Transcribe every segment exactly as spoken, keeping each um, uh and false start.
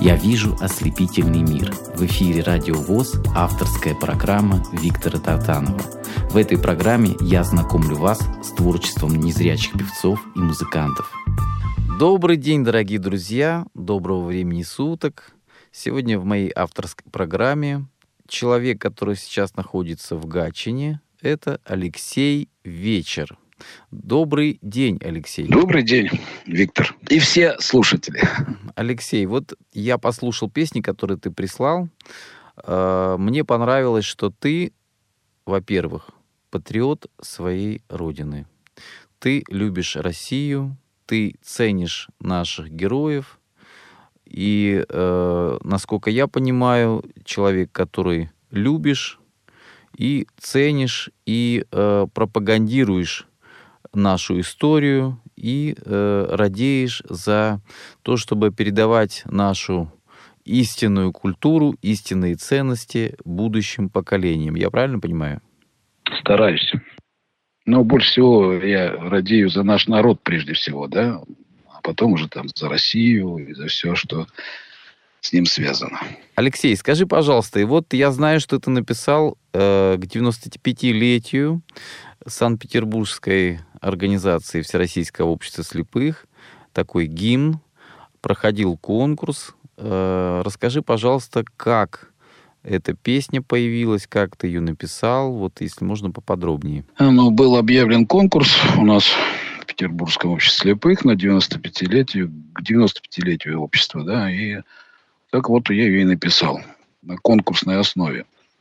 Я вижу ослепительный мир. В эфире Радио ВОС авторская программа Виктора Тартанова. В этой программе я знакомлю вас с творчеством незрячих певцов и музыкантов. Добрый день, дорогие друзья, доброго времени суток. Сегодня в моей авторской программе человек, который сейчас находится в Гатчине, это Алексей Вечер. Добрый день, Алексей. Добрый день, Виктор. И все слушатели. Алексей, вот я послушал песни, которые ты прислал. Мне понравилось, что ты, во-первых, патриот своей родины. Ты любишь Россию, ты ценишь наших героев. И, насколько я понимаю, человек, который любишь и ценишь, и пропагандируешь нашу историю и э, радеешь за то, чтобы передавать нашу истинную культуру, истинные ценности будущим поколениям. Я правильно понимаю? Стараюсь. Но больше всего я радею за наш народ прежде всего, да, а потом уже там за Россию и за все, что с ним связано. Алексей, скажи, пожалуйста, и вот я знаю, что ты написал э, к девяностопятилетию Санкт-Петербургской организации Всероссийского общества слепых такой гимн, проходил конкурс. Э, расскажи, пожалуйста, как эта песня появилась, как ты ее написал, вот если можно поподробнее. Ну, был объявлен конкурс у нас в Петербургском обществе слепых на девяностопятилетию, к девяностопятилетию общества, да, и так вот я ее и написал на конкурсной основе.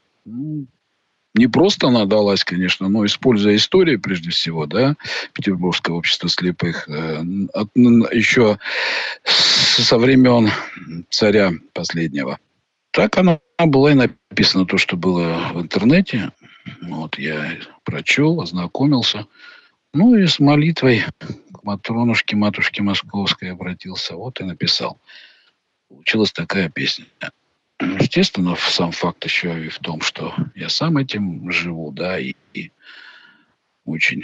Не просто она далась, конечно, но используя историю, прежде всего, да, Петербургского общества слепых, э, от, еще со времен царя последнего. Так она была и написана, то, что было в интернете. Вот я прочел, ознакомился. Ну и с молитвой к Матронушке, матушке Московской обратился. Вот и написал. Получилась такая песня. Естественно, сам факт еще и в том, что я сам этим живу, да, и, и очень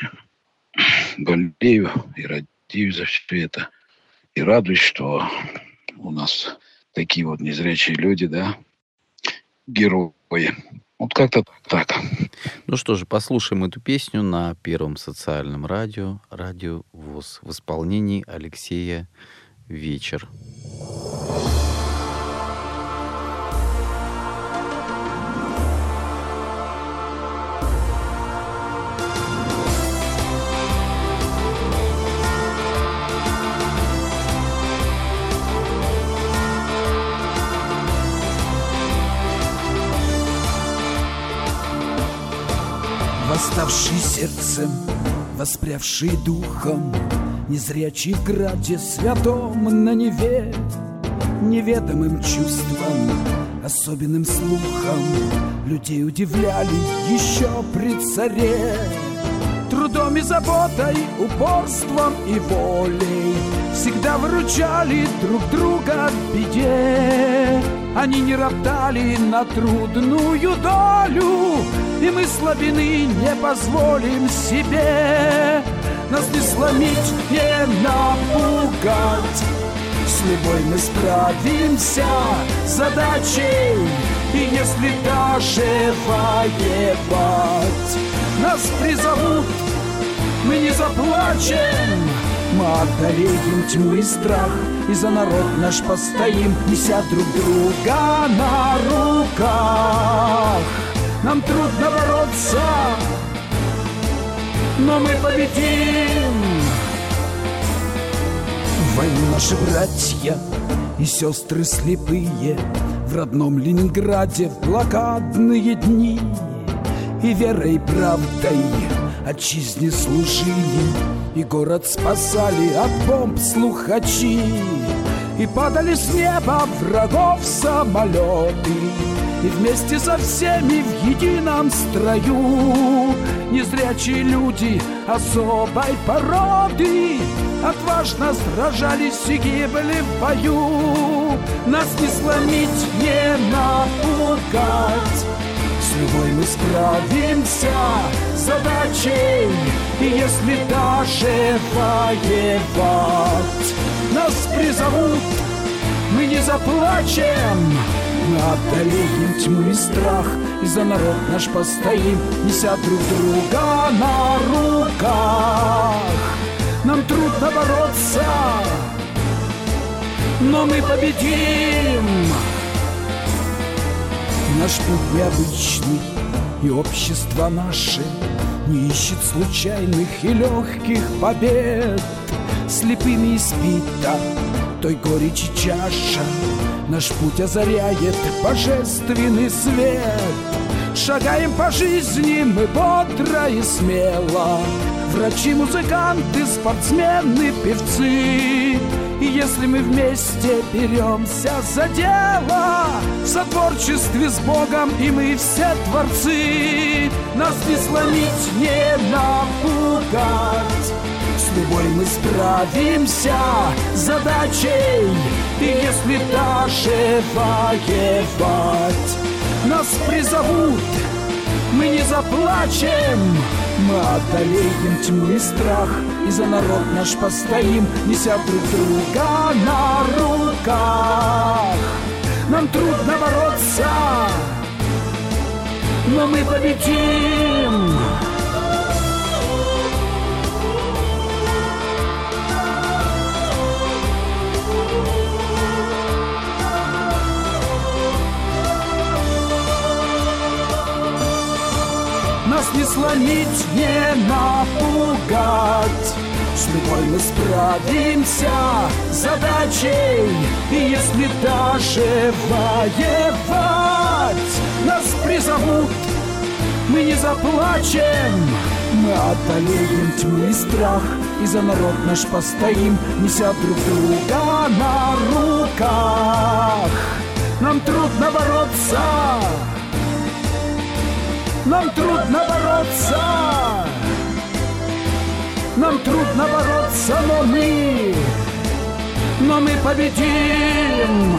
болею и радею за все это. И радуюсь, что у нас такие вот незрячие люди, да, герои. Вот как-то так. Ну что же, послушаем эту песню на Первом социальном радио, Радио ВОС, в исполнении Алексея Вечер. Восставший сердцем, воспрявший духом, незрячий в граде святом на Неве, неведомым чувством, особенным слухом людей удивляли еще при царе. Трудом и заботой, упорством и волей всегда выручали друг друга в беде. Они не роптали на трудную долю, и мы слабины не позволим себе. Нас не сломить, не напугать, с любой мы справимся с задачей. И если даже воевать нас призовут, мы не заплачем. Мы одолеем тьму и страх, и за народ наш постоим, неся друг друга на руках. Нам трудно бороться, но мы победим. В войну наши братья и сестры слепые в родном Ленинграде в блокадные дни и верой и правдой отчизне служили, и город спасали от бомб слухачи, и падали с неба врагов самолеты, и вместе со всеми в едином строю незрячие люди особой породы отважно сражались и гибли в бою. Нас не сломить, не напугать, с любой мы справимся с задачей. И если даже воевать нас призовут, мы не заплачем. Мы одолеем тьму и страх, и за народ наш постоим, неся друг друга на руках. Нам трудно бороться, но мы победим. Наш путь необычный, и общество наше не ищет случайных и легких побед. Слепыми испита той горечи чаша, наш путь озаряет божественный свет. Шагаем по жизни мы бодро и смело, врачи, музыканты, спортсмены, певцы. И если мы вместе беремся за дело, в сотворчестве с Богом, и мы все творцы, нас не сломить, не напугать. С любой мы справимся с задачей, и если даже воевать нас призовут, мы не заплачем. Мы одолеем тьму и страх, и за народ наш постоим, неся друг друга на руках. Нам трудно бороться, но мы победим. Нас не сломить, не напугать. С любой мы справимся с задачей, и если даже воевать нас призовут, мы не заплачем. Мы одолеем тьму и страх, и за народ наш постоим, неся друг друга на руках. Нам трудно бороться, нам трудно бороться, нам трудно бороться, но мы, но мы победим.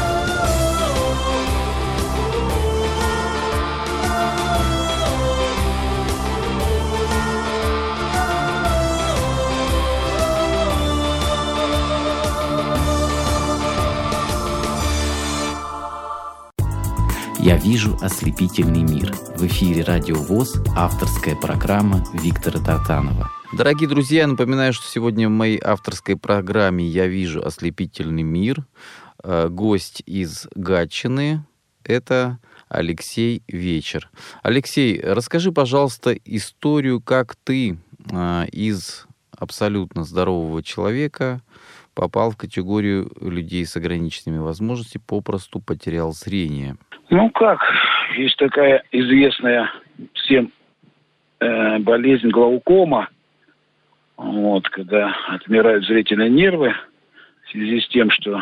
«Я вижу ослепительный мир». В эфире Радио ВОС, авторская программа Виктора Тартанова. Дорогие друзья, напоминаю, что сегодня в моей авторской программе «Я вижу ослепительный мир» гость из Гатчины – это Алексей Вечер. Алексей, расскажи, пожалуйста, историю, как ты из абсолютно здорового человека попал в категорию людей с ограниченными возможностями, попросту потерял зрение. Ну как, есть такая известная всем э, болезнь глаукома, вот, когда отмирают зрительные нервы в связи с тем, что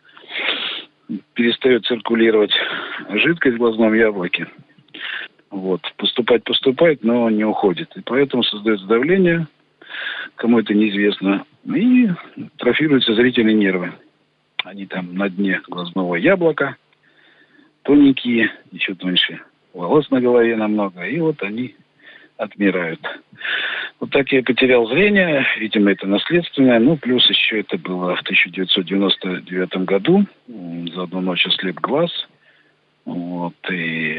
перестает циркулировать жидкость в глазном яблоке. Вот, поступать поступает, но не уходит. И поэтому создается давление, кому это неизвестно, и трофируются зрительные нервы. Они там на дне глазного яблока, тоненькие, еще тоньше волос на голове намного, и вот они отмирают. Вот так я потерял зрение, видимо, это наследственное, ну, плюс еще это было в тысяча девятьсот девяносто девятом году, за одну ночь ослеп глаз, вот, и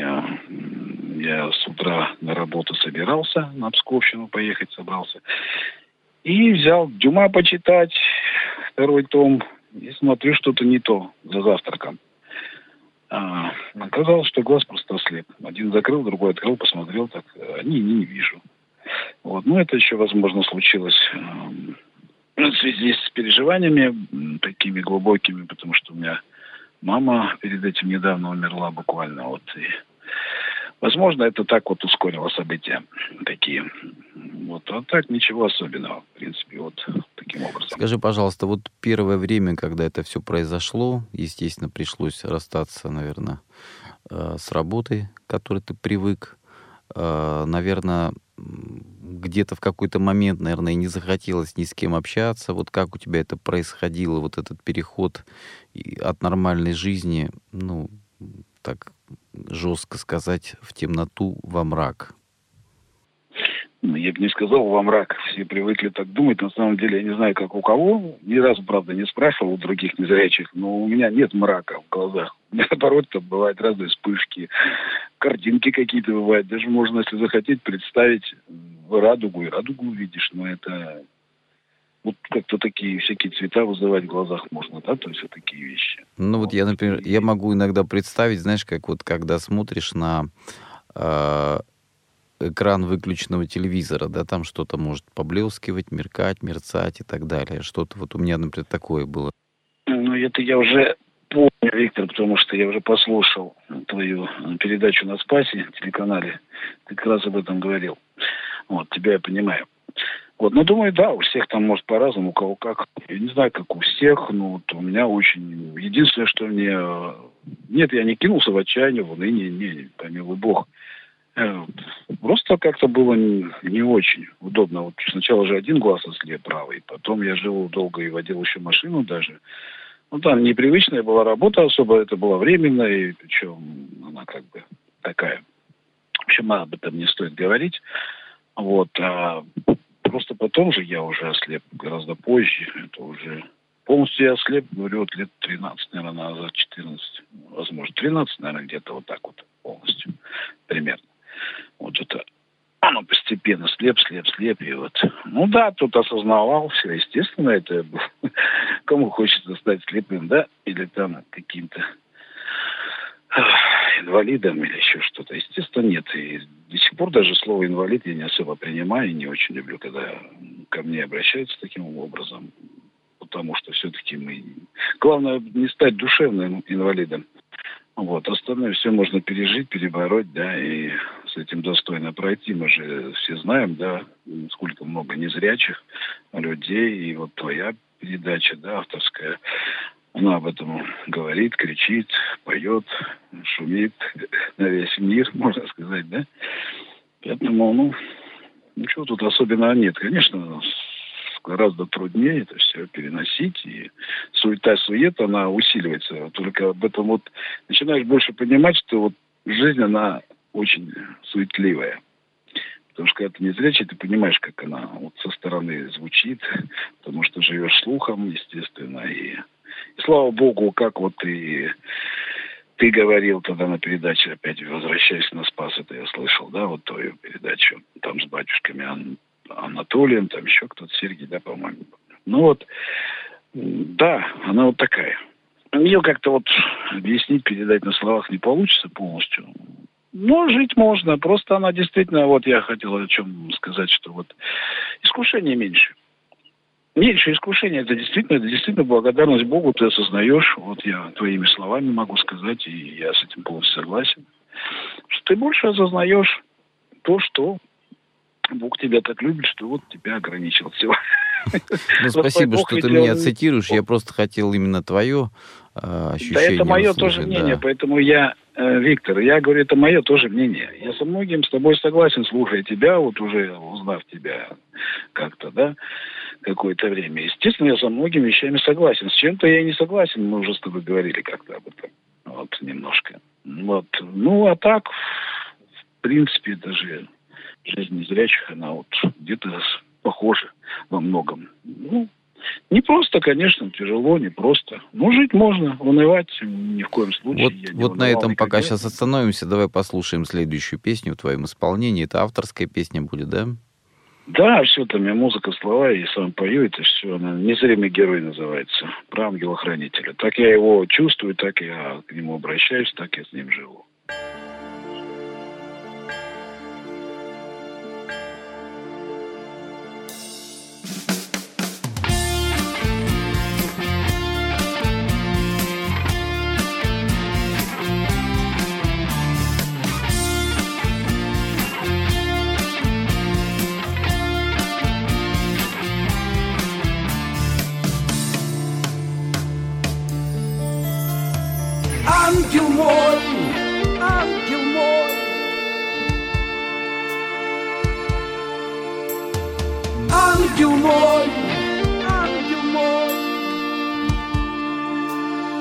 я с утра на работу собирался, на Псковщину поехать собрался, и взял Дюма почитать, второй том, и смотрю, что-то не то за завтраком. А, оказалось, что глаз просто ослеп. Один закрыл, другой открыл, посмотрел, так, они не, не вижу. Вот. Ну, это еще, возможно, случилось э, в связи с переживаниями такими глубокими, потому что у меня мама перед этим недавно умерла буквально. Вот, и, возможно, это так вот ускорило события такие. Вот. А так ничего особенного, в принципе, вот таким образом. Скажи, пожалуйста, вот первое время, когда это все произошло, естественно, пришлось расстаться, наверное, с работой, к которой ты привык. Наверное, где-то в какой-то момент, наверное, не захотелось ни с кем общаться. Вот как у тебя это происходило, вот этот переход от нормальной жизни, ну, так жестко сказать, в темноту, во мрак? Ну, я бы не сказал во мрак. Все привыкли так думать. На самом деле, я не знаю, как у кого. Ни разу, правда, не спрашивал у других незрячих, но у меня нет мрака в глазах. У меня, наоборот, там бывают разные вспышки, картинки какие-то бывают. Даже можно, если захотеть, представить радугу, и радугу увидишь. Но это вот как-то такие всякие цвета вызывать в глазах можно, да? То есть вот такие вещи. Ну вот я, например, я могу иногда представить, знаешь, как вот когда смотришь на... Э- экран выключенного телевизора, да, там что-то может поблескивать, меркать, мерцать и так далее. Что-то вот у меня, например, такое было. Ну, это я уже помню, Виктор, потому что я уже послушал твою передачу на Спасе, телеканале. Ты как раз об этом говорил. Вот, тебя я понимаю. Вот, ну, думаю, да, у всех там может по-разному, у кого как. Я не знаю, как у всех, но вот у меня очень... Единственное, что мне... Нет, я не кинулся в отчаяние, в уныние, не, помилуй Бог. Просто как-то было не, не очень удобно. Вот сначала же один глаз ослеп правый, потом я жил долго и водил еще машину даже. Ну, там непривычная была работа особо, это было временно, и причем она как бы такая. В общем, об этом не стоит говорить. Вот, а просто потом же я уже ослеп гораздо позже. Это уже полностью я ослеп, говорю, вот лет тринадцать, наверное, назад, четырнадцать, возможно, тринадцать, наверное, где-то вот так вот полностью, примерно. Вот это оно постепенно слеп, слеп, слеп, и вот. Ну да, тут осознавал все, естественно, это кому хочется стать слепым, да, или там каким-то инвалидом или еще что-то. Естественно, нет. И до сих пор даже слово инвалид я не особо принимаю и не очень люблю, когда ко мне обращаются таким образом, потому что все-таки мы... Главное не стать душевным инвалидом. Вот, остальное все можно пережить, перебороть, да, и с этим достойно пройти. Мы же все знаем, да, сколько много незрячих людей, и вот твоя передача, да, авторская, она об этом говорит, кричит, поет, шумит на весь мир, можно сказать, да. Поэтому, ну, ничего тут особенного нет. Конечно, гораздо труднее это все переносить, и суета-суета, она усиливается. Только об этом вот начинаешь больше понимать, что вот жизнь, она очень суетливая. Потому что когда ты незрячий, ты понимаешь, как она вот со стороны звучит, потому что живешь слухом, естественно, и, и слава богу, как вот и ты говорил тогда на передаче, опять возвращаясь на Спас, это я слышал, да, вот твою передачу, там с батюшками Ан- Анатолием, там еще кто-то, Сергей, да, по-моему. Ну вот, да, она вот такая. Ее как-то вот объяснить, передать на словах не получится полностью. Но жить можно, просто она действительно, вот я хотел о чем сказать, что вот искушение меньше. Меньше искушения, это действительно, это действительно благодарность Богу, ты осознаешь, вот я твоими словами могу сказать, и я с этим полностью согласен, что ты больше осознаешь то, что Бог тебя так любит, что вот тебя ограничил всего. Ну, спасибо, что ты меня цитируешь. Я просто хотел именно твое ощущение. Да, это мое тоже мнение, поэтому я, Виктор, я говорю, это мое тоже мнение. Я со многим с тобой согласен, слушая тебя, вот уже узнав тебя как-то, да, какое-то время. Естественно, я со многими вещами согласен. С чем-то я и не согласен, мы уже с тобой говорили как-то об этом. Вот, немножко. Вот. Ну, а так, в принципе, даже жизнь незрячих, она вот где-то похожа во многом. Ну, не просто, конечно, тяжело, не просто. Но жить можно, унывать ни в коем случае. Вот, я вот на этом никогда. пока сейчас остановимся. Давай послушаем следующую песню в твоем исполнении. Это авторская песня будет, да? Да, все там, и музыка, слова, и сам пою, это все. Она «Незримый герой» называется. Про ангела-хранителя. Так я его чувствую, так я к нему обращаюсь, так я с ним живу. Ангел мой, ангел мой, ангел мой, ангел мой.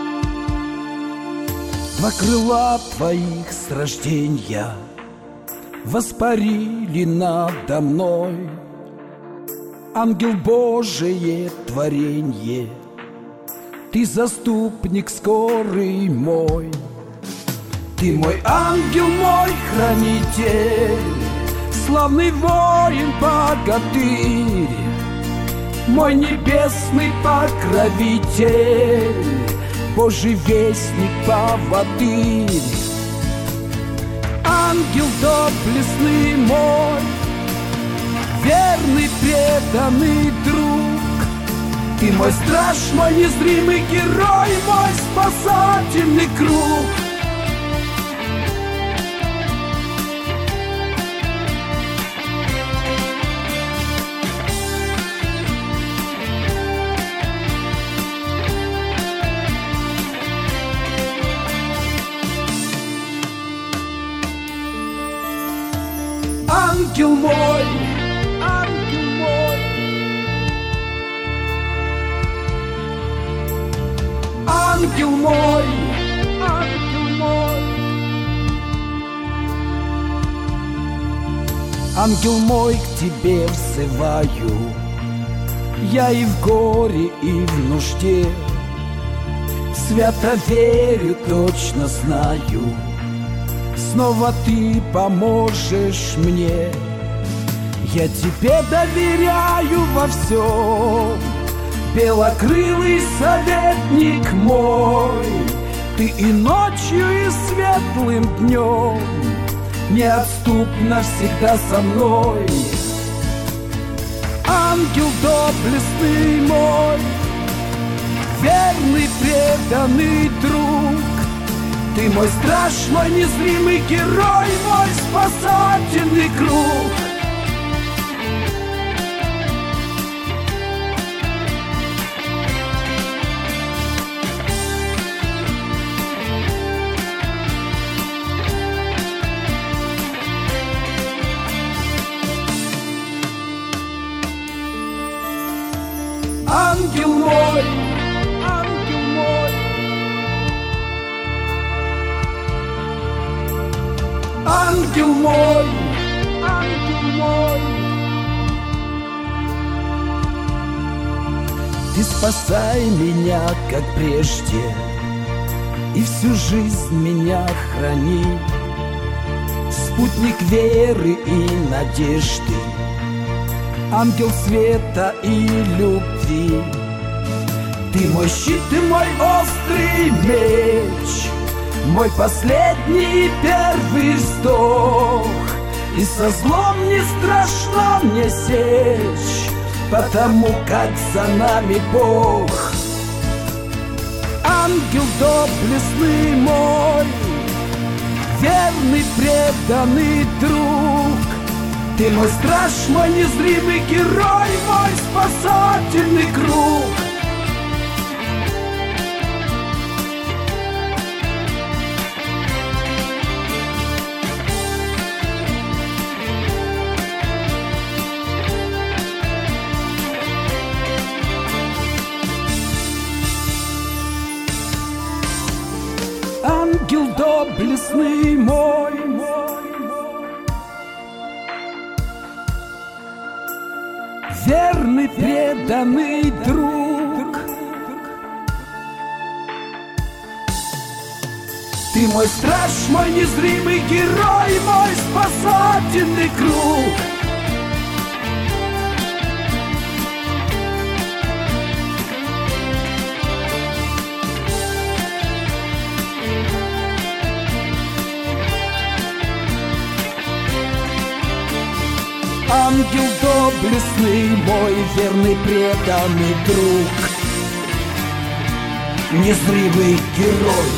Два крыла твоих с рождения воспарили надо мной. Ангел Божие творенье, ты заступник скорый мой. Ты мой ангел, мой хранитель, славный воин-богатырь, мой небесный покровитель, Божий вестник, поводырь. Ангел доблестный мой, верный, преданный друг, ты мой страж, мой незримый герой, мой спасательный круг. Ангел мой, ангел мой, ангел мой, ангел мой, ангел мой, к тебе взываю, я и в горе, и в нужде, свято верю, точно знаю, снова ты поможешь мне. Я тебе доверяю во всем, белокрылый советник мой. Ты и ночью, и светлым днем неотступно всегда со мной. Ангел доблестный мой, верный, преданный друг, ты мой страж, мой незримый герой, мой спасательный круг. Ангел мой, ангел мой, ангел мой, ангел мой, ты спасай меня, как прежде, и всю жизнь меня храни, спутник веры и надежды, ангел света и любви. Ты мой щит и мой острый меч, мой последний и первый вздох, и со злом не страшно мне сечь, потому как за нами Бог. Ангел доблестный мой, верный, преданный друг, ты мой страж, мой незримый герой, мой спасательный круг. Ангел доблестный мой, верный, преданный друг, ты мой страж, мой незримый герой, мой спасательный круг. Ангел доблестный мой, верный, преданный друг, незримый герой.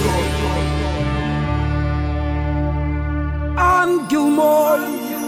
Ангел мой,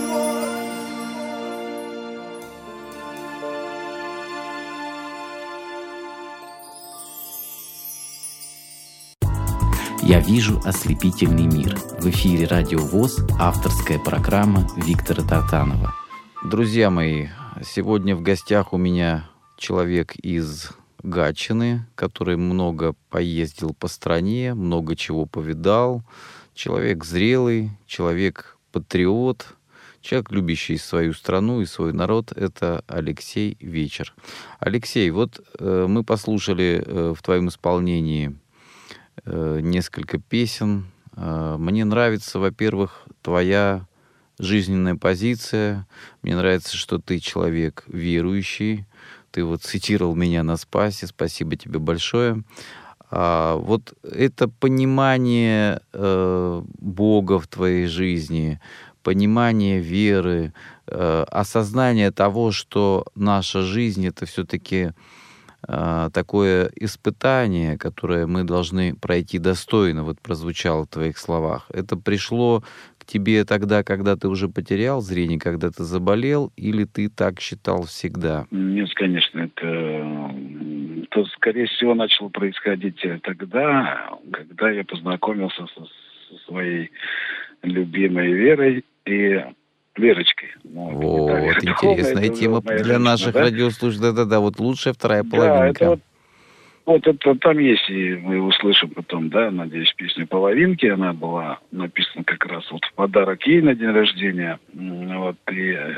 «Я вижу ослепительный мир». В эфире Радио ВОС, авторская программа Виктора Тартанова. Друзья мои, сегодня в гостях у меня человек из Гатчины, который много поездил по стране, много чего повидал. Человек зрелый, человек патриот, человек, любящий свою страну и свой народ, это Алексей Вечер. Алексей, вот э, мы послушали э, в твоем исполнении э, несколько песен. Э, мне нравится, во-первых, твоя жизненная позиция. Мне нравится, что ты человек верующий. Ты вот цитировал меня на Спасе. Спасибо тебе большое. А вот это понимание э, Бога в твоей жизни, понимание веры, э, осознание того, что наша жизнь — это все-таки э, такое испытание, которое мы должны пройти достойно, вот прозвучало в твоих словах. Это пришло к тебе тогда, когда ты уже потерял зрение, когда ты заболел, или ты так считал всегда? Нет, конечно, это, это скорее всего начало происходить тогда, когда я познакомился со, со своей любимой Верой и Верочкой. Ну, вот, это интересная тема для женщина, наших да? радиослушателей. Да-да-да, вот лучшая вторая половинка. Да, это вот, вот это там есть, и мы услышим потом, да, надеюсь, песню «Половинки». Она была написана как раз вот в подарок ей на день рождения. Вот, и э,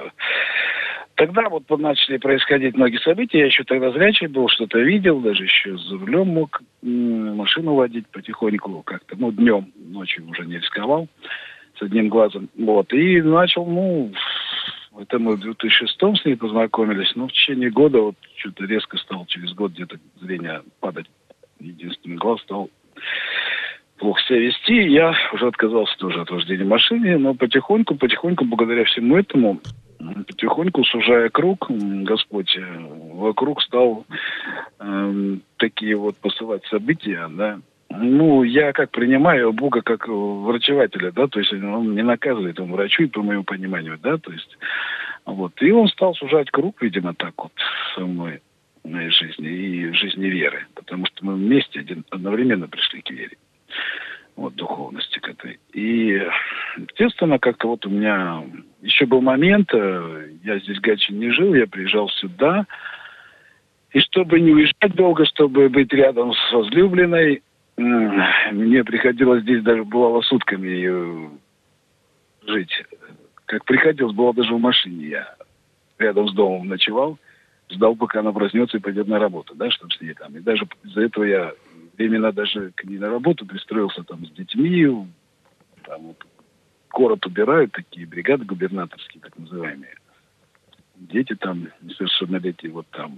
тогда вот начали происходить многие события. Я еще тогда зрячий был, что-то видел, даже еще за рулем мог м- машину водить потихоньку как-то, ну, днем, ночью уже не рисковал с одним глазом. Вот, и начал, ну... Это мы в две тысячи шестом с ней познакомились, но в течение года вот что-то резко стало через год где-то зрение падать. Единственный глаз стал плохо себя вести. Я уже отказался тоже от вождения машины, но потихоньку, потихоньку, благодаря всему этому, потихоньку, сужая круг, Господь вокруг стал э, такие вот посылать события, да. Ну, я как принимаю Бога как врачевателя, да, то есть он не наказывает, он врачует, по моему пониманию, да, то есть, вот. И он стал сужать круг, видимо, так вот со мной в моей жизни и в жизни веры, потому что мы вместе один, одновременно пришли к вере, вот, духовности к этой. И, естественно, как-то вот у меня еще был момент, я здесь в Гатчине не жил, я приезжал сюда, и чтобы не уезжать долго, чтобы быть рядом с возлюбленной, мне приходилось здесь даже, бывало, сутками ее жить. Как приходилось, было даже в машине. Я рядом с домом ночевал, ждал, пока она проснется и пойдет на работу, да, чтобы с ней там. И даже из-за этого я временно даже к ней на работу пристроился там с детьми. Там вот город убирают, такие бригады губернаторские, так называемые. Дети там несовершеннолетние, вот там...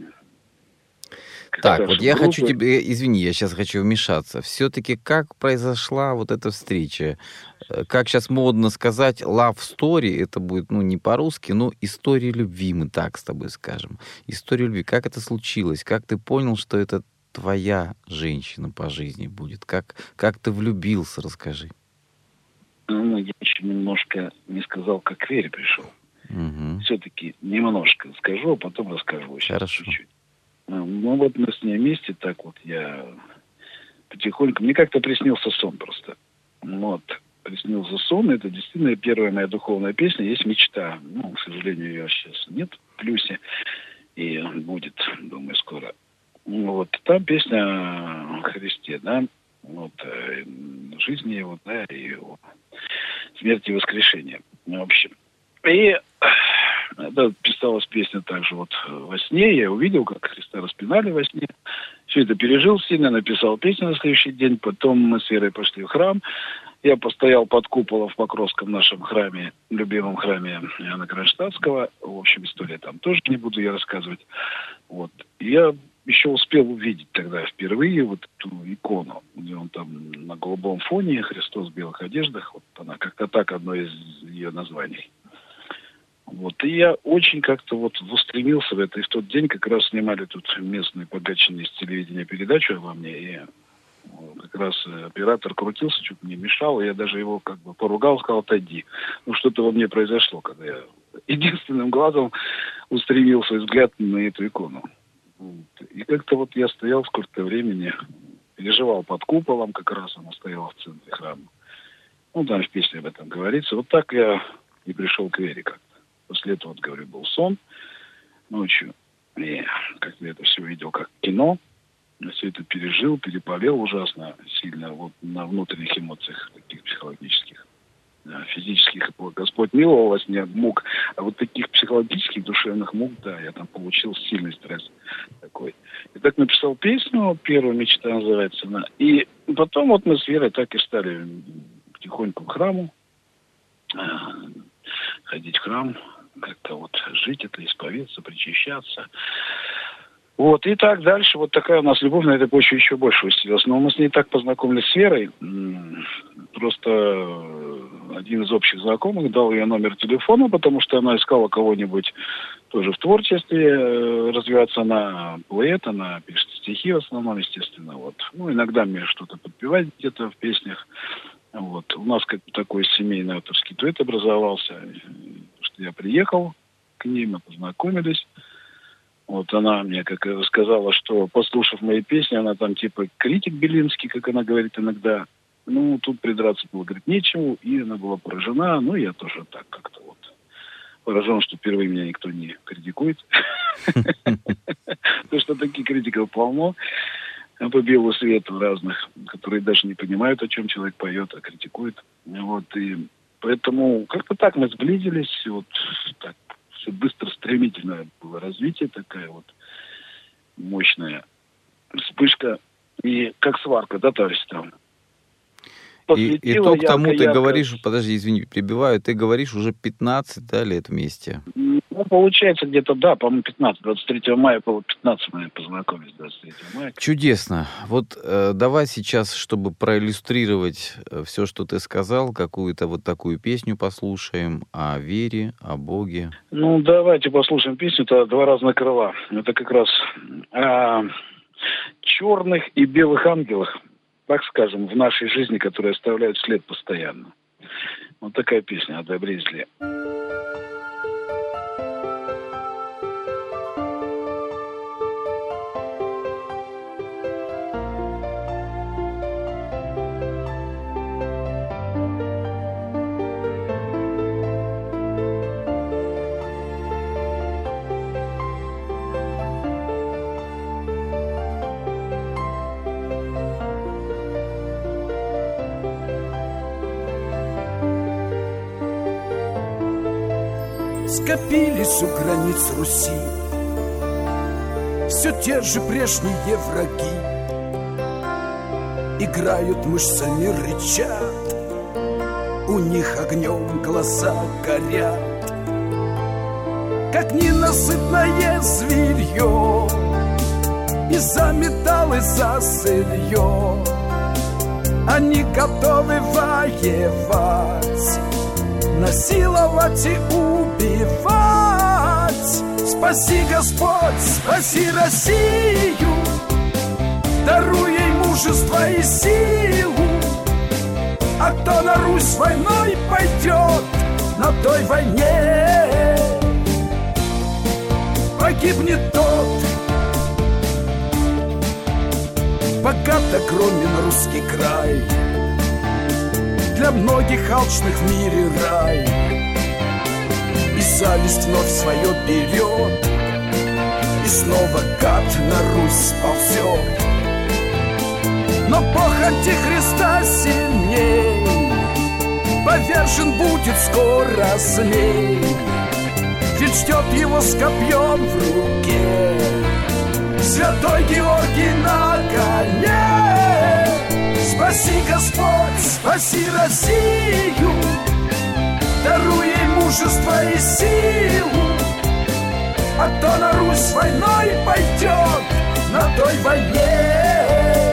Так, вот я группы. хочу тебе, извини, я сейчас хочу вмешаться. Все-таки как произошла вот эта встреча? Как сейчас модно сказать, love story, это будет, ну, не по-русски, но история любви, мы так с тобой скажем. История любви. Как это случилось? Как ты понял, что это твоя женщина по жизни будет? Как, как ты влюбился? Расскажи. Ну, я еще немножко не сказал, как к вере пришел. Угу. Все-таки немножко скажу, а потом расскажу. Хорошо. Чуть-чуть. Ну вот мы с ней вместе, так вот я потихоньку... Мне как-то приснился сон просто. Вот, приснился сон, это действительно первая моя духовная песня, есть «Мечта». Ну, к сожалению, ее сейчас нет в плюсе, и будет, думаю, скоро. Вот, там песня о Христе, да, вот, жизни его, да, и его смерти и воскрешения, в общем. И... Да, писалась песня также вот во сне. Я увидел, как Христа распинали во сне. Все это пережил сильно, написал песню на следующий день. Потом мы с Верой пошли в храм. Я постоял под куполом в Покровском нашем храме, любимом храме Иоанна Кронштадтского. В общем, история там тоже не буду я рассказывать. Вот. И я еще успел увидеть тогда впервые вот эту икону, где он там на голубом фоне, Христос в белых одеждах. Вот она как-то так, одно из ее названий. Вот, и я очень как-то вот устремился в это. И в тот день как раз снимали тут местные погаченные с телевидения передачу обо мне. И как раз оператор крутился, чуть мне мешал. И я даже его как бы поругал, сказал: отойди. Ну, что-то во мне произошло, когда я единственным глазом устремил свой взгляд на эту икону. Вот. И как-то вот я стоял сколько-то времени, переживал под куполом, как раз она стояла в центре храма. Ну, там в песне об этом говорится. Вот так я и пришел к вере как-то. После этого, вот, говорю, был сон ночью. И как-то я это все видел как кино. Я все это пережил, переболел ужасно сильно вот на внутренних эмоциях, таких психологических. физических Господь миловал во сне мук, а вот таких психологических, душевных мук, да, я там получил сильный стресс такой. И так написал песню, «Первая мечта» называется она. И потом вот мы с Верой так и стали потихоньку к храму, ходить в храм, как-то вот жить это, исповедаться, причащаться. Вот, и так дальше. Вот такая у нас любовь на этой почве еще больше усилилась. Но мы с ней так познакомились с Верой. Просто один из общих знакомых дал ее номер телефона, потому что она искала кого-нибудь тоже в творчестве развиваться. Она поэт, она пишет стихи в основном, естественно. Вот. Ну, иногда мне что-то подпевать где-то в песнях. Вот. У нас как такой семейный авторский дуэт образовался. Что я приехал к ней, мы познакомились. Вот она мне как сказала, что, послушав мои песни, она там типа критик Белинский, как она говорит иногда. Ну, тут придраться было, говорит, нечего. И она была поражена. Ну, я тоже так как-то вот поражен, что впервые меня никто не критикует. Потому что таких критиков полно по белу свету разных, которые даже не понимают, о чем человек поет, а критикует. Вот, и поэтому как-то так мы сблизились, вот так. Быстро, стремительное было развитие, такая вот мощная вспышка. И как сварка, да, товарищ там. И, и то, к тому ярко, ты ярко. говоришь, подожди, извини, перебиваю, ты говоришь уже пятнадцать, да, лет вместе? Ну, получается, где-то, да, по-моему, пятнадцать. двадцать третьего мая было пятнадцать, мы познакомились двадцать третьего мая. Чудесно. Вот э, давай сейчас, чтобы проиллюстрировать все, что ты сказал, какую-то вот такую песню послушаем о вере, о Боге. Ну, давайте послушаем песню, это «Два разных крыла». Это как раз о черных и белых ангелах, так скажем, в нашей жизни, которые оставляют след постоянно. Вот такая песня о добре и зле. Скопились у границ Руси все те же прежние враги. Играют мышцами, рычат, у них огнем глаза горят, как ненасытное зверье, и за металл, и за сырье они готовы воевать, насиловать и убивать. Спаси, Господь, спаси Россию, даруй ей мужество и силу. А кто на Русь войной пойдет, на той войне погибнет тот. Богат огромен русский край, для многих алчных в мире рай. И зависть вновь свое берет, и снова гад на Русь ползет. Но Бог Антихриста сильней, повержен будет скоро злей, ведь ждет его с копьем в руке святой Георгий на коне. Спаси, Господь, спаси Россию, даруй ей мужество и силу. А то на Русь войной пойдет, на той войне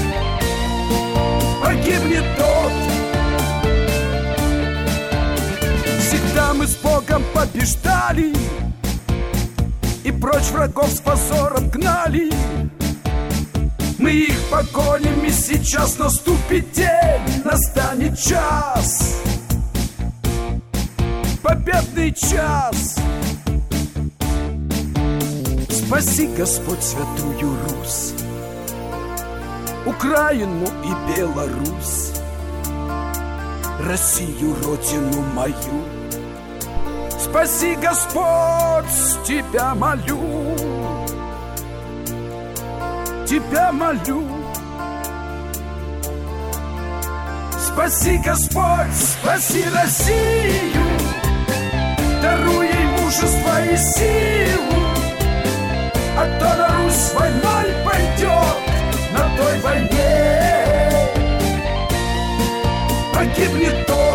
погибнет тот. Всегда мы с Богом побеждали и прочь врагов с позором гнали. Мы их погоним, и сейчас наступит день, настанет час, победный час. Спаси, Господь, святую Русь, Украину и Беларусь, Россию, родину мою. Спаси, Господь, Тебя молю, Тебя молю. Спаси, Господь, спаси Россию, даруй ей мужество и силу, а то на Русь войной пойдет, на той войне погибнет тот.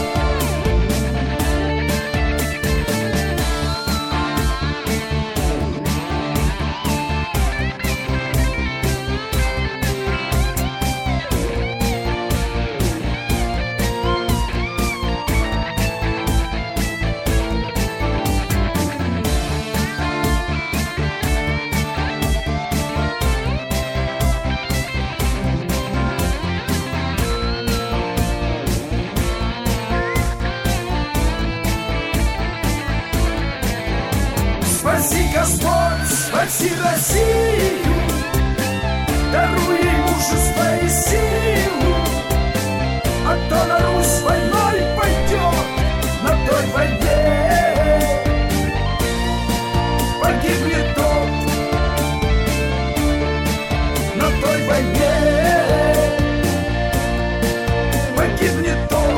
Спаси, Господь, спаси Россию, даруй ей мужество и силу, а то на Русь войной пойдет, на той войне погибнет тот, на той войне погибнет тот.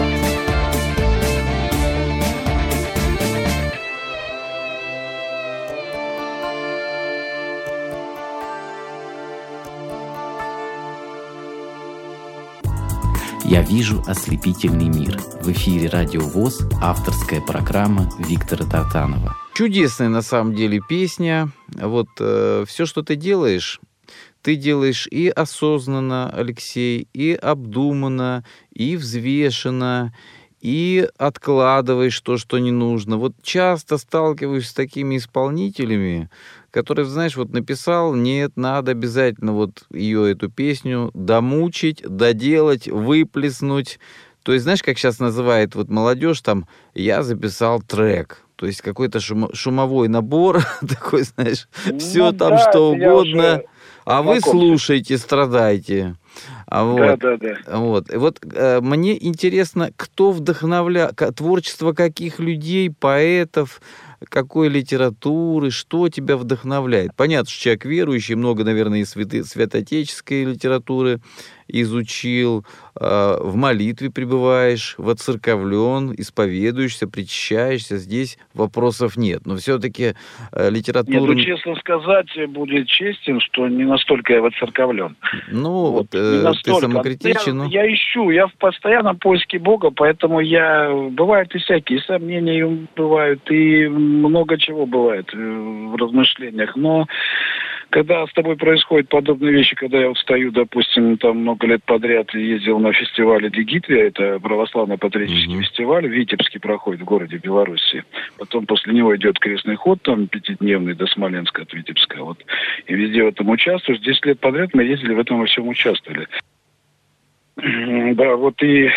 «Я вижу ослепительный мир». В эфире Радио ВОС, авторская программа Виктора Тартанова. Чудесная на самом деле песня. Вот э, все, что ты делаешь, ты делаешь и осознанно, Алексей, и обдуманно, и взвешенно, и откладываешь то, что не нужно. Вот часто сталкиваюсь с такими исполнителями, которые, знаешь, вот написал, нет, надо обязательно вот ее, эту песню, домучить, доделать, выплеснуть. То есть, знаешь, как сейчас называет вот молодежь, там, я записал трек. То есть какой-то шум, шумовой набор, такой, знаешь, ну, все там, да, что угодно. А вы слушайте, страдайте. А вот, да, да, да. Вот, вот э, мне интересно, кто вдохновляет, творчество каких людей, поэтов, какой литературы, что тебя вдохновляет? Понятно, что человек верующий, много, наверное, и святы, святоотеческой литературы изучил, э, в молитве пребываешь, воцерковлен, исповедуешься, причащаешься. Здесь вопросов нет. Но все-таки э, литература... Нет, ну, честно сказать, будет честен, что не настолько я воцерковлен. Ну, вот, э, ты самокритичен. Я, но... я ищу, я в постоянном поиске Бога, поэтому я... Бывают и всякие сомнения, бывают, и много чего бывает в размышлениях. Но когда с тобой происходят подобные вещи, когда я вот стою, допустим, там много лет подряд ездил на фестивале Дигитрия, это православно-патриотический mm-hmm. фестиваль, в Витебске проходит, в городе Беларуси. Потом после него идет крестный ход, там, пятидневный до Смоленска от Витебска. Вот. И везде в этом участвуешь. Десять лет подряд мы ездили, в этом во всем участвовали. Да, вот и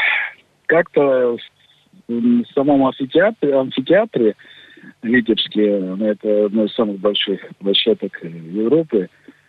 как-то в самом амфитеатре, амфитеатре Витебске, это одна из самых больших площадок Европы,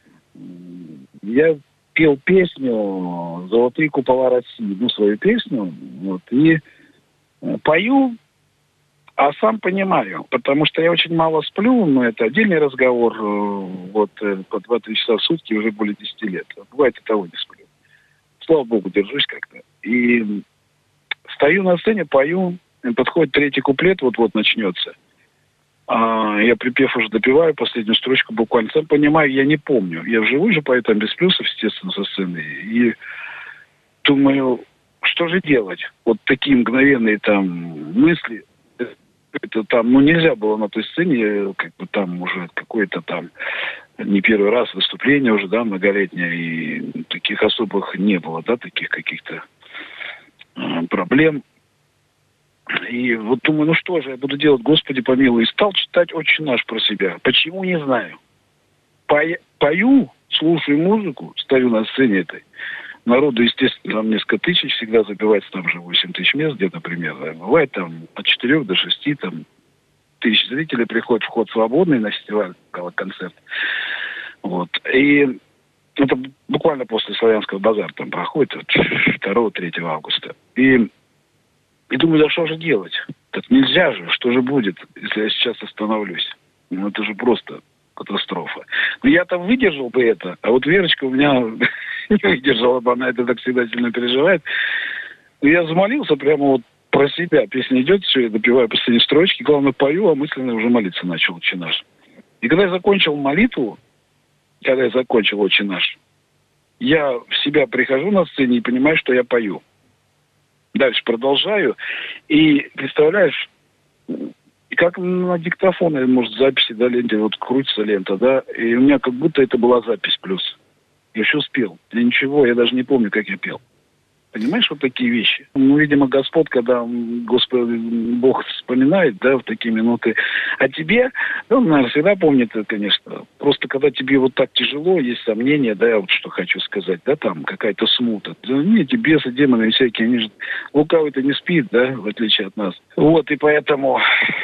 я пел песню «Золотые купола России», ну, свою песню, вот, и пою, а сам понимаю, потому что я очень мало сплю, но это отдельный разговор, вот, по два-три часа в сутки уже более десяти лет. Бывает, и того не сплю. Слава Богу, держусь как-то. И стою на сцене, пою, подходит третий куплет, вот-вот начнется. А, я припев уже допиваю, последнюю строчку буквально. Сам понимаю, я не помню. Я вживую же пою там без плюсов, естественно, со сцены. И думаю, что же делать? Вот такие мгновенные там мысли. Это там, ну, нельзя было на той сцене, как бы там уже какое-то там не первый раз выступление уже, да, многолетнее, и таких особых не было, да, таких каких-то э, проблем. И вот думаю, ну что же я буду делать, Господи помилуй. И стал читать «Отче наш» про себя. Почему, не знаю. Пою, пою, слушаю музыку, стою на сцене этой. Народу, естественно, там несколько тысяч, всегда забивается там же восемь тысяч мест где-то примерно. Бывает там от четырех до шести там, тысяч зрителей приходит, вход свободный на фестиваль, концерт. Вот. И это буквально после Славянского базара там проходит, вот, второго-третьего августа. И И думаю, да что же делать? Так нельзя же, что же будет, если я сейчас остановлюсь? Ну, это же просто катастрофа. Но я там выдержал бы это, а вот Верочка у меня не выдержала бы, она это так всегда сильно переживает. Я замолился прямо вот про себя. Песня идет, все, я допиваю последние строчки. Главное, пою, а мысленно уже молиться начал «Отче наш». И когда я закончил молитву, когда я закончил «Отче наш», я в себя прихожу на сцене и понимаю, что я пою. Дальше продолжаю. И представляешь, как на диктофоне, может, записи, да, ленте, вот крутится лента, да, и у меня как будто это была запись плюс. Я все спел. Для ничего, я даже не помню, как я пел. Понимаешь, вот такие вещи. Ну, видимо, Господь, когда Господь, Бог вспоминает, да, в такие минуты о тебе, ну, он, наверное, всегда помнит это, конечно. Просто когда тебе вот так тяжело, есть сомнения, да, я вот что хочу сказать, да, там какая-то смута. Не, эти бесы, демоны всякие, они же, лукавый-то не спит, да, в отличие от нас. Вот, и поэтому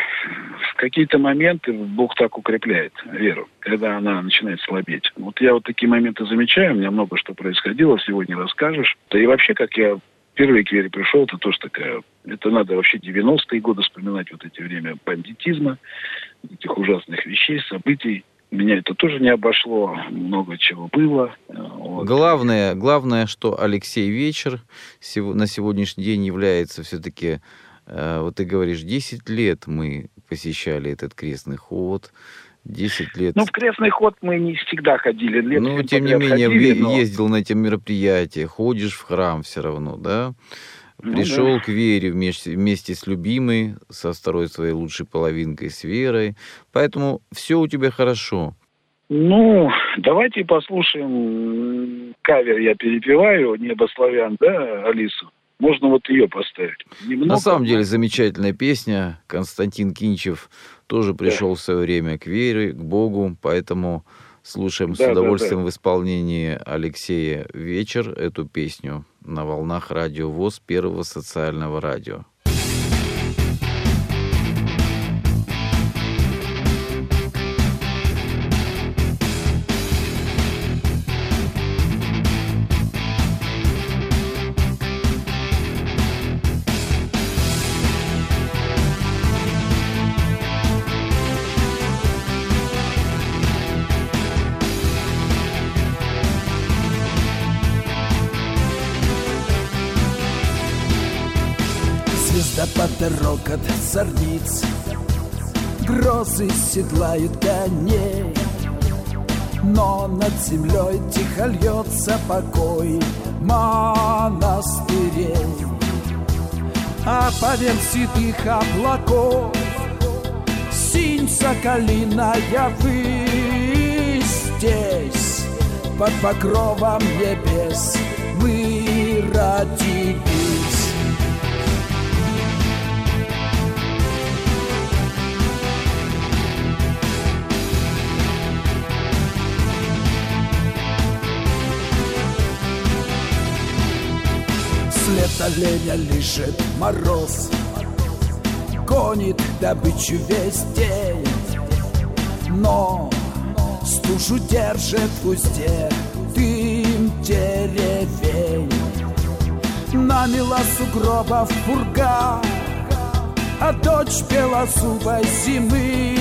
в какие-то моменты Бог так укрепляет веру, когда она начинает слабеть. Вот я вот такие моменты замечаю, у меня много что происходило, сегодня расскажешь. Да и вообще, как я впервые к вере пришел, это тоже такая... Это надо вообще девяностые годы вспоминать, вот эти время бандитизма, этих ужасных вещей, событий. Меня это тоже не обошло, много чего было. Вот. Главное, главное, что Алексей Вечер на сегодняшний день является все-таки... Вот ты говоришь, десять лет мы посещали этот крестный ход, десять лет... Ну, в крестный ход мы не всегда ходили. Лет ну, тем не менее, ходили, но... ездил на эти мероприятия, ходишь в храм все равно, да? Пришел ну, да. к вере вместе, вместе с любимой, со второй своей лучшей половинкой, с Верой. Поэтому все у тебя хорошо. Ну, давайте послушаем кавер, я перепеваю, «Небо славян», да, Алису. Можно вот ее поставить. Немного, На самом деле замечательная песня. Константин Кинчев тоже пришел да. в свое время к вере, к Богу, поэтому слушаем да, с удовольствием да, да. в исполнении Алексея Вечер эту песню на волнах Радио ВОС, первого социального радио. Под рокот зорниц грозы седлают коней, но над землей тихо льется покой монастырей. А поверх седых облаков синь соколиная высь здесь, под покровом небес мы родились. След оленя лежит мороз, гонит добычу весь день, но стужу держит в узде дым деревень. Намела сугробов пурга, а дочь белозубой зимы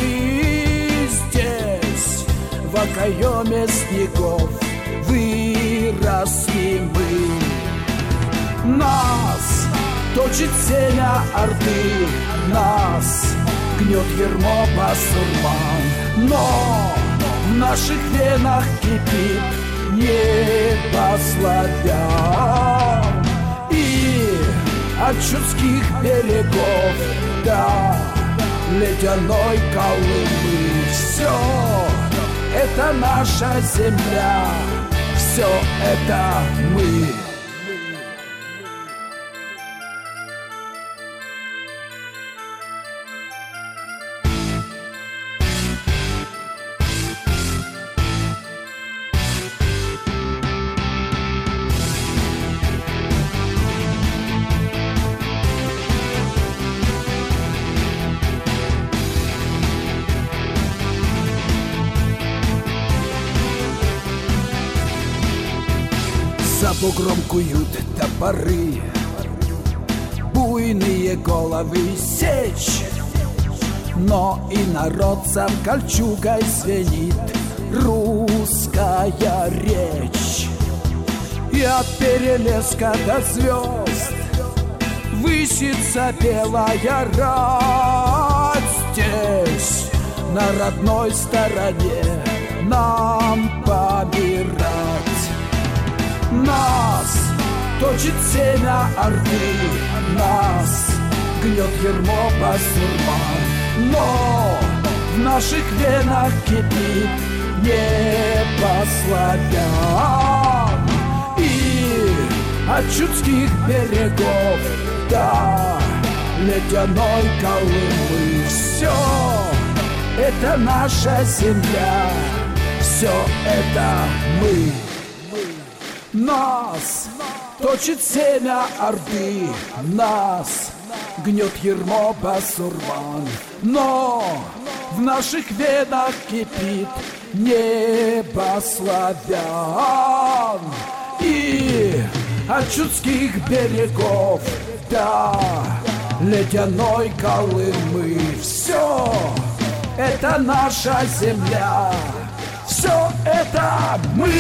здесь, в окоеме снегов выросли мы. Нас точит семя орды, нас гнет ермо басурман, но в наших венах кипит небо славян. И от чудских берегов до ледяной Колымы все это наша земля, все это мы. За бугром куют топоры, буйные головы сечь, но и народцам кольчугой звенит русская речь. И от перелеска до звезд высится белая рать здесь, на родной стороне нам помирать. Нас точит семя орды, нас гнет ермо басурман, но в наших венах кипит небо славян. И от чудских берегов до ледяной Колымы все это наша земля, все это мы. Нас точит семя орды, нас гнет ермо басурман, но в наших венах кипит небо славян. И от чудских берегов до ледяной Колымы все это наша земля, все это мы.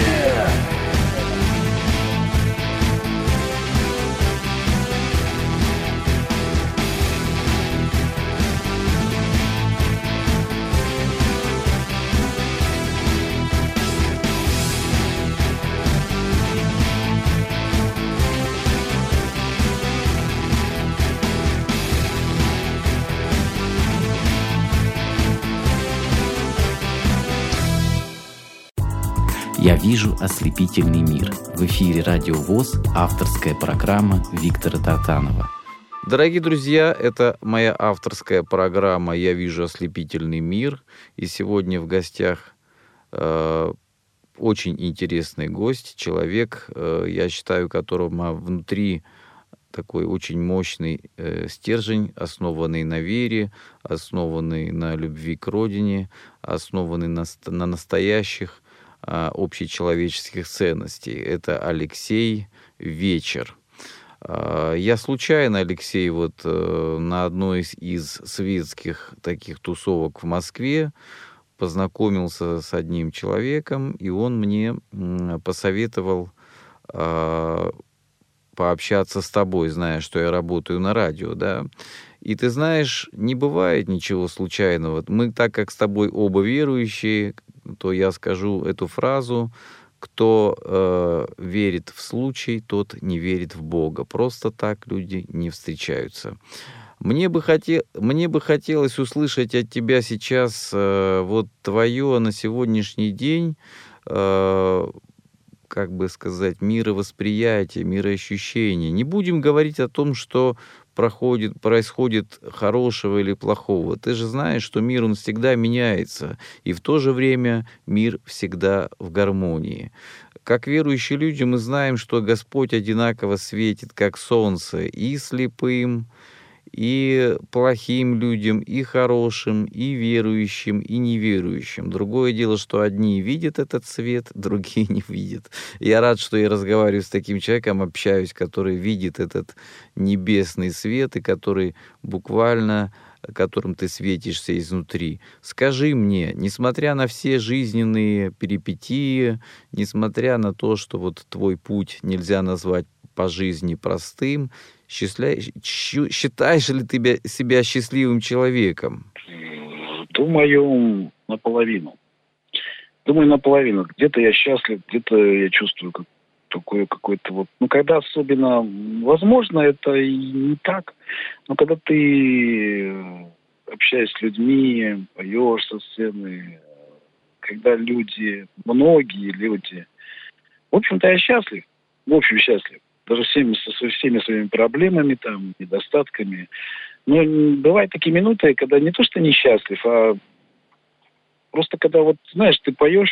«Я вижу ослепительный мир». В эфире Радио ВОС, авторская программа Виктора Тартанова. Дорогие друзья, это моя авторская программа «Я вижу ослепительный мир». И сегодня в гостях э, очень интересный гость, человек, э, я считаю, которого внутри такой очень мощный э, стержень, основанный на вере, основанный на любви к родине, основанный на, на настоящих общечеловеческих ценностей. Это Алексей Вечер. Я случайно, Алексей, вот на одной из, из светских таких тусовок в Москве познакомился с одним человеком, и он мне посоветовал пообщаться с тобой, зная, что я работаю на радио, да. И ты знаешь, не бывает ничего случайного. Мы, так как с тобой оба верующие, то я скажу эту фразу: кто э, верит в случай, тот не верит в Бога. Просто так люди не встречаются. Мне бы, хоте... Мне бы хотелось услышать от тебя сейчас э, вот твое на сегодняшний день, э, как бы сказать, мировосприятие, мироощущение. Не будем говорить о том, что проходит, происходит хорошего или плохого. Ты же знаешь, что мир, он всегда меняется, и в то же время мир всегда в гармонии. Как верующие люди мы знаем, что Господь одинаково светит, как солнце, и слепым, и плохим людям, и хорошим, и верующим, и неверующим. Другое дело, что одни видят этот свет, другие не видят. Я рад, что я разговариваю с таким человеком, общаюсь, который видит этот небесный свет, и который буквально, которым ты светишься изнутри. Скажи мне, несмотря на все жизненные перипетии, несмотря на то, что вот твой путь нельзя назвать по жизни простым, счастля... считаешь ли ты себя счастливым человеком? Думаю, наполовину. Думаю, наполовину. Где-то я счастлив, где-то я чувствую как такое какое-то вот... Ну, когда особенно... Возможно, это и не так. Но когда ты общаешься с людьми, поешь со сцены, когда люди, многие люди... В общем-то, я счастлив. В общем, счастлив. Даже всеми, со всеми своими проблемами, там, недостатками. Но бывают такие минуты, когда не то, что несчастлив, а просто когда вот, знаешь, ты поешь,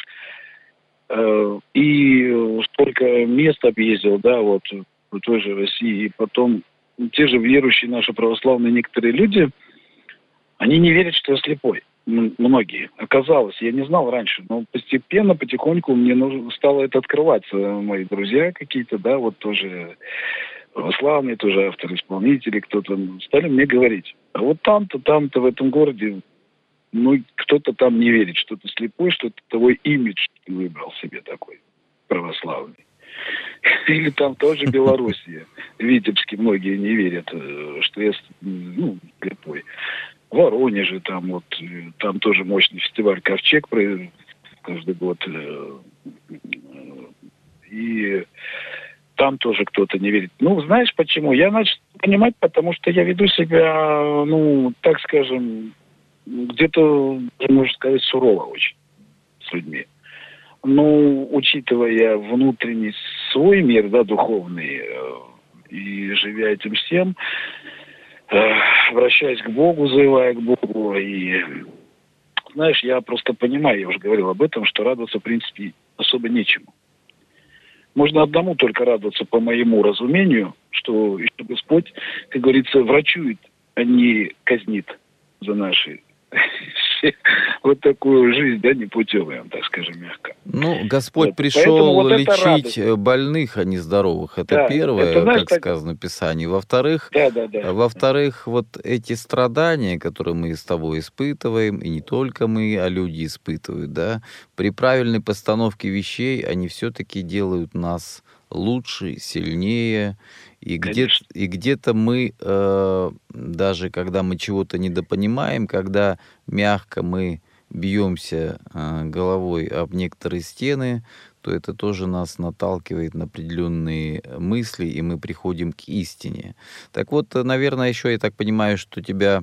э, и столько мест объездил, да, вот, в той же России, и потом те же верующие наши православные некоторые люди, они не верят, что я слепой. Многие. Оказалось, я не знал раньше, но постепенно, потихоньку мне нужно, стало это открываться. Мои друзья какие-то, да, вот тоже православные, тоже авторы-исполнители, кто-то стали мне говорить. А вот там-то, там-то, в этом городе, ну, кто-то там не верит, что ты слепой, что ты твой имидж ты выбрал себе такой православный. Или там тоже Белоруссия. В Витебске многие не верят, что я, ну, слепой. В Воронеже там вот, там тоже мощный фестиваль «Ковчег» каждый год. И там тоже кто-то не верит. Ну, знаешь почему? Я начал понимать, потому что я веду себя, ну, так скажем, где-то, можно сказать, сурово очень с людьми. Ну, учитывая внутренний свой мир, да, духовный, и живя этим всем, обращаясь к Богу, взывая к Богу, и, знаешь, я просто понимаю, я уже говорил об этом, что радоваться, в принципе, особо нечему. Можно одному только радоваться по моему разумению, что, что Господь, как говорится, врачует, а не казнит за наши вот такую жизнь, да, непутевую, так скажем, мягко. Ну, Господь вот. пришел вот лечить больных, а не здоровых. Это да, первое, это, знаешь, как так... сказано в Писании. Во-вторых, да, да, да. во-вторых, вот эти страдания, которые мы с тобой испытываем, и не только мы, а люди испытывают, да, при правильной постановке вещей они все-таки делают нас лучше, сильнее. И где-то, и где-то мы, э, даже когда мы чего-то недопонимаем, когда мягко мы бьемся э, головой об некоторые стены, то это тоже нас наталкивает на определенные мысли, и мы приходим к истине. Так вот, наверное, еще я так понимаю, что тебя...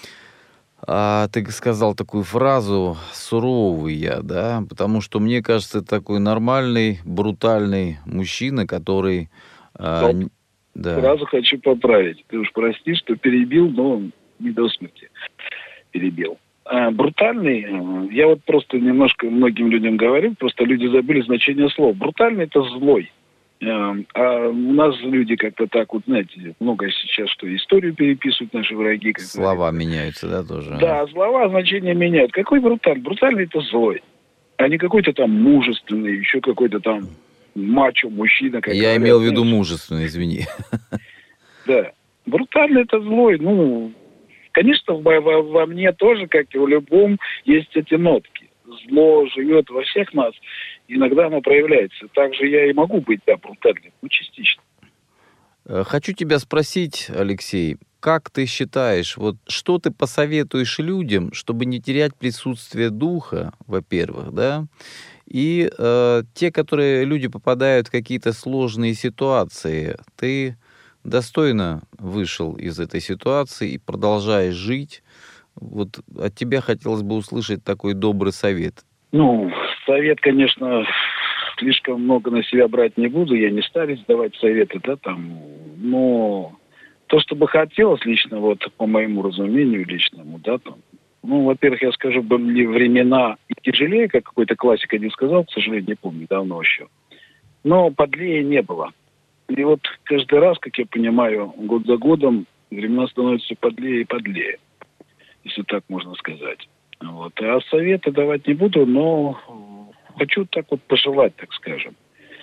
А ты сказал такую фразу «суровый я», да? Потому что, мне кажется, это такой нормальный, брутальный мужчина, который... А, да. Сразу хочу поправить. Ты уж прости, что перебил, но не до смерти перебил. А, брутальный, я вот просто немножко многим людям говорю, просто люди забыли значение слов. Брутальный — это злой. А, а у нас люди как-то так вот, знаете, много сейчас, что историю переписывают наши враги. Слова меняются, да, тоже? Да, слова значение меняют. Какой брутальный? Брутальный — это злой. А не какой-то там мужественный, еще какой-то там мачо, мужчина. Как я говорят, имел в виду мужественный, извини. Да. Брутальный — это злой. Ну, конечно, во, во, во мне тоже, как и в любом, есть эти нотки. Зло живет во всех нас. Иногда оно проявляется. Также я и могу быть, да, брутальным, ну, частично. Хочу тебя спросить, Алексей, как ты считаешь, вот что ты посоветуешь людям, чтобы не терять присутствие духа, во-первых, да, и э, те, которые люди попадают в какие-то сложные ситуации, ты достойно вышел из этой ситуации и продолжаешь жить. Вот от тебя хотелось бы услышать такой добрый совет. Ну, совет, конечно, слишком много на себя брать не буду, я не стараюсь давать советы, да, там, но то, что бы хотелось лично, вот, по моему разумению личному, да, там, ну, во-первых, я скажу, были времена и тяжелее, как какой-то классик один сказал, к сожалению, не помню, давно еще, но подлее не было. И вот каждый раз, как я понимаю, год за годом времена становятся все подлее и подлее, если так можно сказать. Вот. А советы давать не буду, но хочу так вот пожелать, так скажем,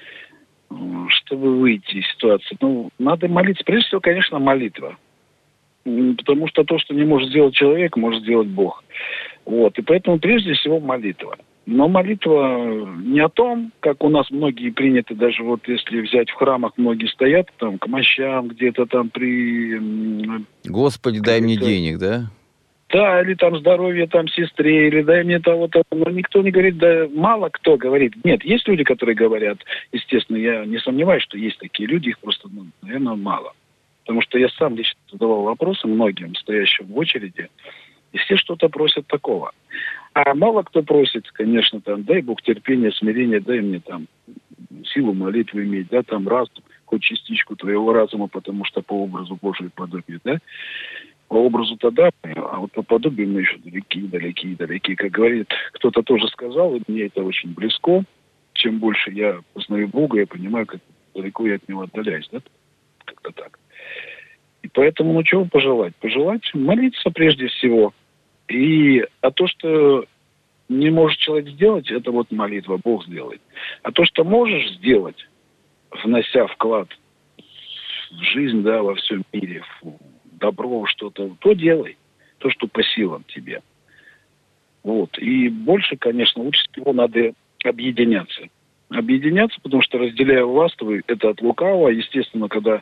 чтобы выйти из ситуации. Ну, надо молиться. Прежде всего, конечно, молитва. Потому что то, что не может сделать человек, может сделать Бог. Вот. И поэтому прежде всего молитва. Но молитва не о том, как у нас многие приняты, даже вот если взять в храмах, многие стоят там к мощам, где-то там при... Господи, дай мне денег, да? Да, или там здоровье там сестре, или дай мне того-то. Но никто не говорит, да мало кто говорит. Нет, есть люди, которые говорят. Естественно, я не сомневаюсь, что есть такие люди, их просто, ну, наверное, мало. Потому что я сам лично задавал вопросы многим, стоящим в очереди, и все что-то просят такого. А мало кто просит, конечно, там, дай Бог терпения, смирения, дай мне там силу молитвы иметь, да, там разум, хоть частичку твоего разума, потому что по образу Божию подобию, да. По образу-то да, а вот по подобию мы еще далеки, далеки, далеки. Как говорит, кто-то тоже сказал, и мне это очень близко. Чем больше я познаю Бога, я понимаю, как далеко я от Него отдаляюсь, да, как-то так. И поэтому, ну, чего пожелать? Пожелать молиться прежде всего. И, а то, что не может человек сделать, это вот молитва, Бог сделает. А то, что можешь сделать, внося вклад в жизнь, да, во всем мире, в добро, что-то, то делай. То, что по силам тебе. Вот. И больше, конечно, лучше всего надо объединяться. объединяться, потому что, разделяя власть, это от лукавого. Естественно, когда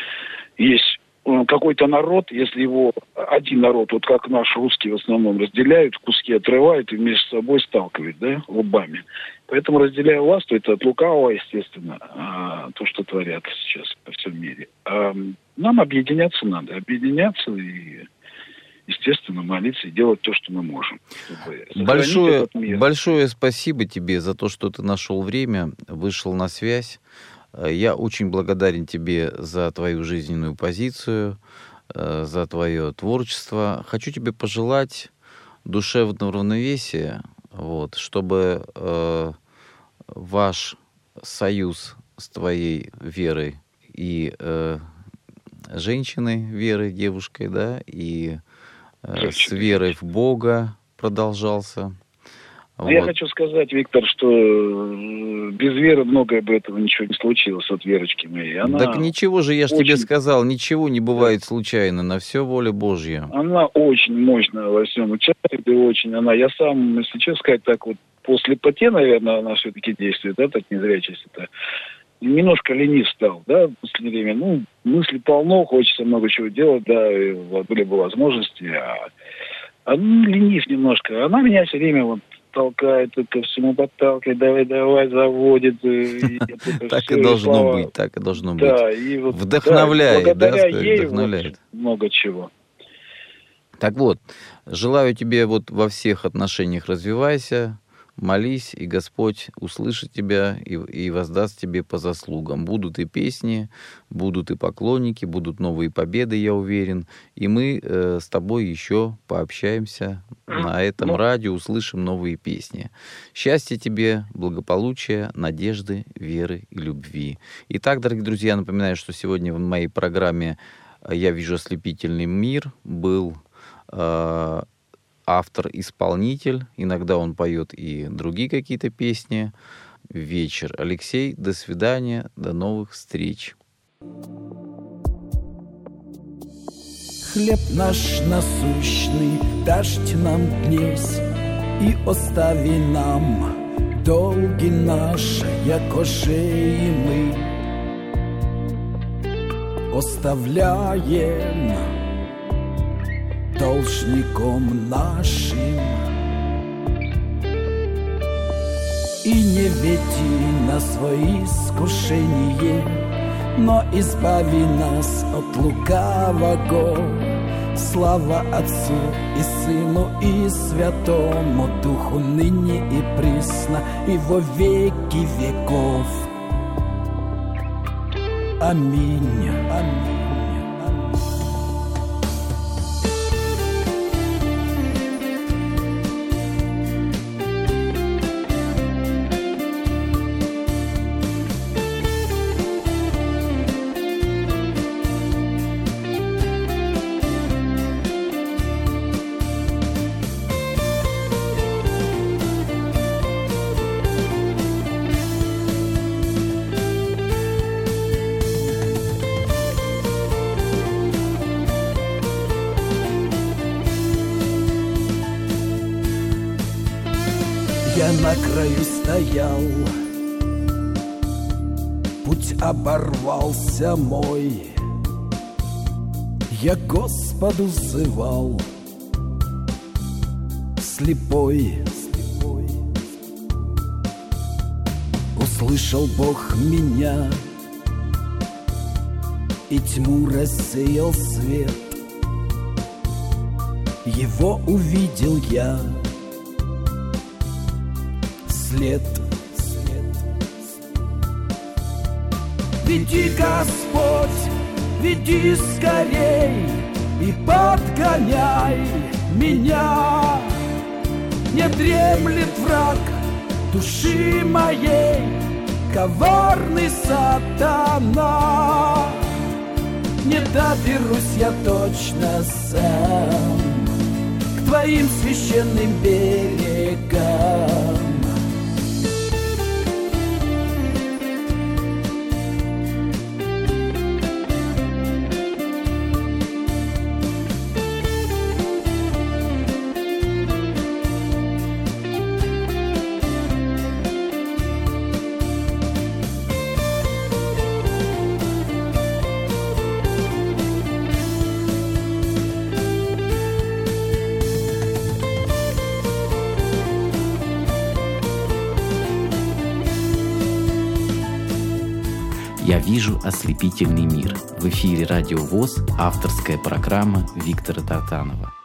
есть какой-то народ, если его один народ, вот как наш русский в основном, разделяют, куски отрывают и между собой сталкивают, да, лбами. Поэтому, разделяя власть, это от лукавого, естественно, а, то, что творят сейчас по всем мире. А нам объединяться надо, объединяться и, естественно, молиться и делать то, что мы можем. Большое, большое спасибо тебе за то, что ты нашел время, вышел на связь. Я очень благодарен тебе за твою жизненную позицию, за твое творчество. Хочу тебе пожелать душевного равновесия, вот, чтобы э, ваш союз с твоей Верой и э, женщиной Верой, девушкой, да, и э, с верой в Бога продолжался. Вот. Я хочу сказать, Виктор, что без веры многое бы этого ничего не случилось от Верочки моей. Она так ничего же, я же очень... тебе сказал, ничего не бывает случайно, на все воля Божья. Она очень мощная во всем участвует, и очень она, я сам, если честно сказать, так вот, после поте, наверное, она все-таки действует, да, так незрячесть-то. Немножко ленив стал, да, в последнее время. Ну, мыслей полно, хочется много чего делать, да, и были бы возможности, а, а ну, ленив немножко. Она меня все время вот толкает, ко всему подталкивает, давай, давай, заводит. Так и должно быть, так и должно быть. Вдохновляет, да, вдохновляет. Много чего. Так вот, желаю тебе вот во всех отношениях развивайся, молись, и Господь услышит тебя и, и воздаст тебе по заслугам. Будут и песни, будут и поклонники, будут новые победы, я уверен. И мы э, с тобой еще пообщаемся на этом ну. радио, услышим новые песни. Счастья тебе, благополучия, надежды, веры и любви. Итак, дорогие друзья, напоминаю, что сегодня в моей программе «Я вижу ослепительный мир» был... Э, автор-исполнитель, иногда он поет и другие какие-то песни. Вечер. Алексей, до свидания, до новых встреч. Хлеб наш насущный, дашь нам днесь, и остави нам долги наши, якоже и мы оставляем должником нашим. И не веди на свои искушения, но избави нас от лукавого. Слава Отцу и Сыну и Святому Духу, ныне и присно, и во веки веков. Аминь. Аминь. Я на краю стоял, путь оборвался мой. Я Господу взывал, слепой, слепой. Услышал Бог меня, и тьму рассеял свет. Его увидел я, след. Веди, Господь, веди скорей и подгоняй меня. Не дремлет враг души моей, коварный сатана. Не доберусь я точно сам к твоим священным берегам. «Я вижу ослепительный мир». В эфире Радио ВОС, авторская программа Виктора Тартанова.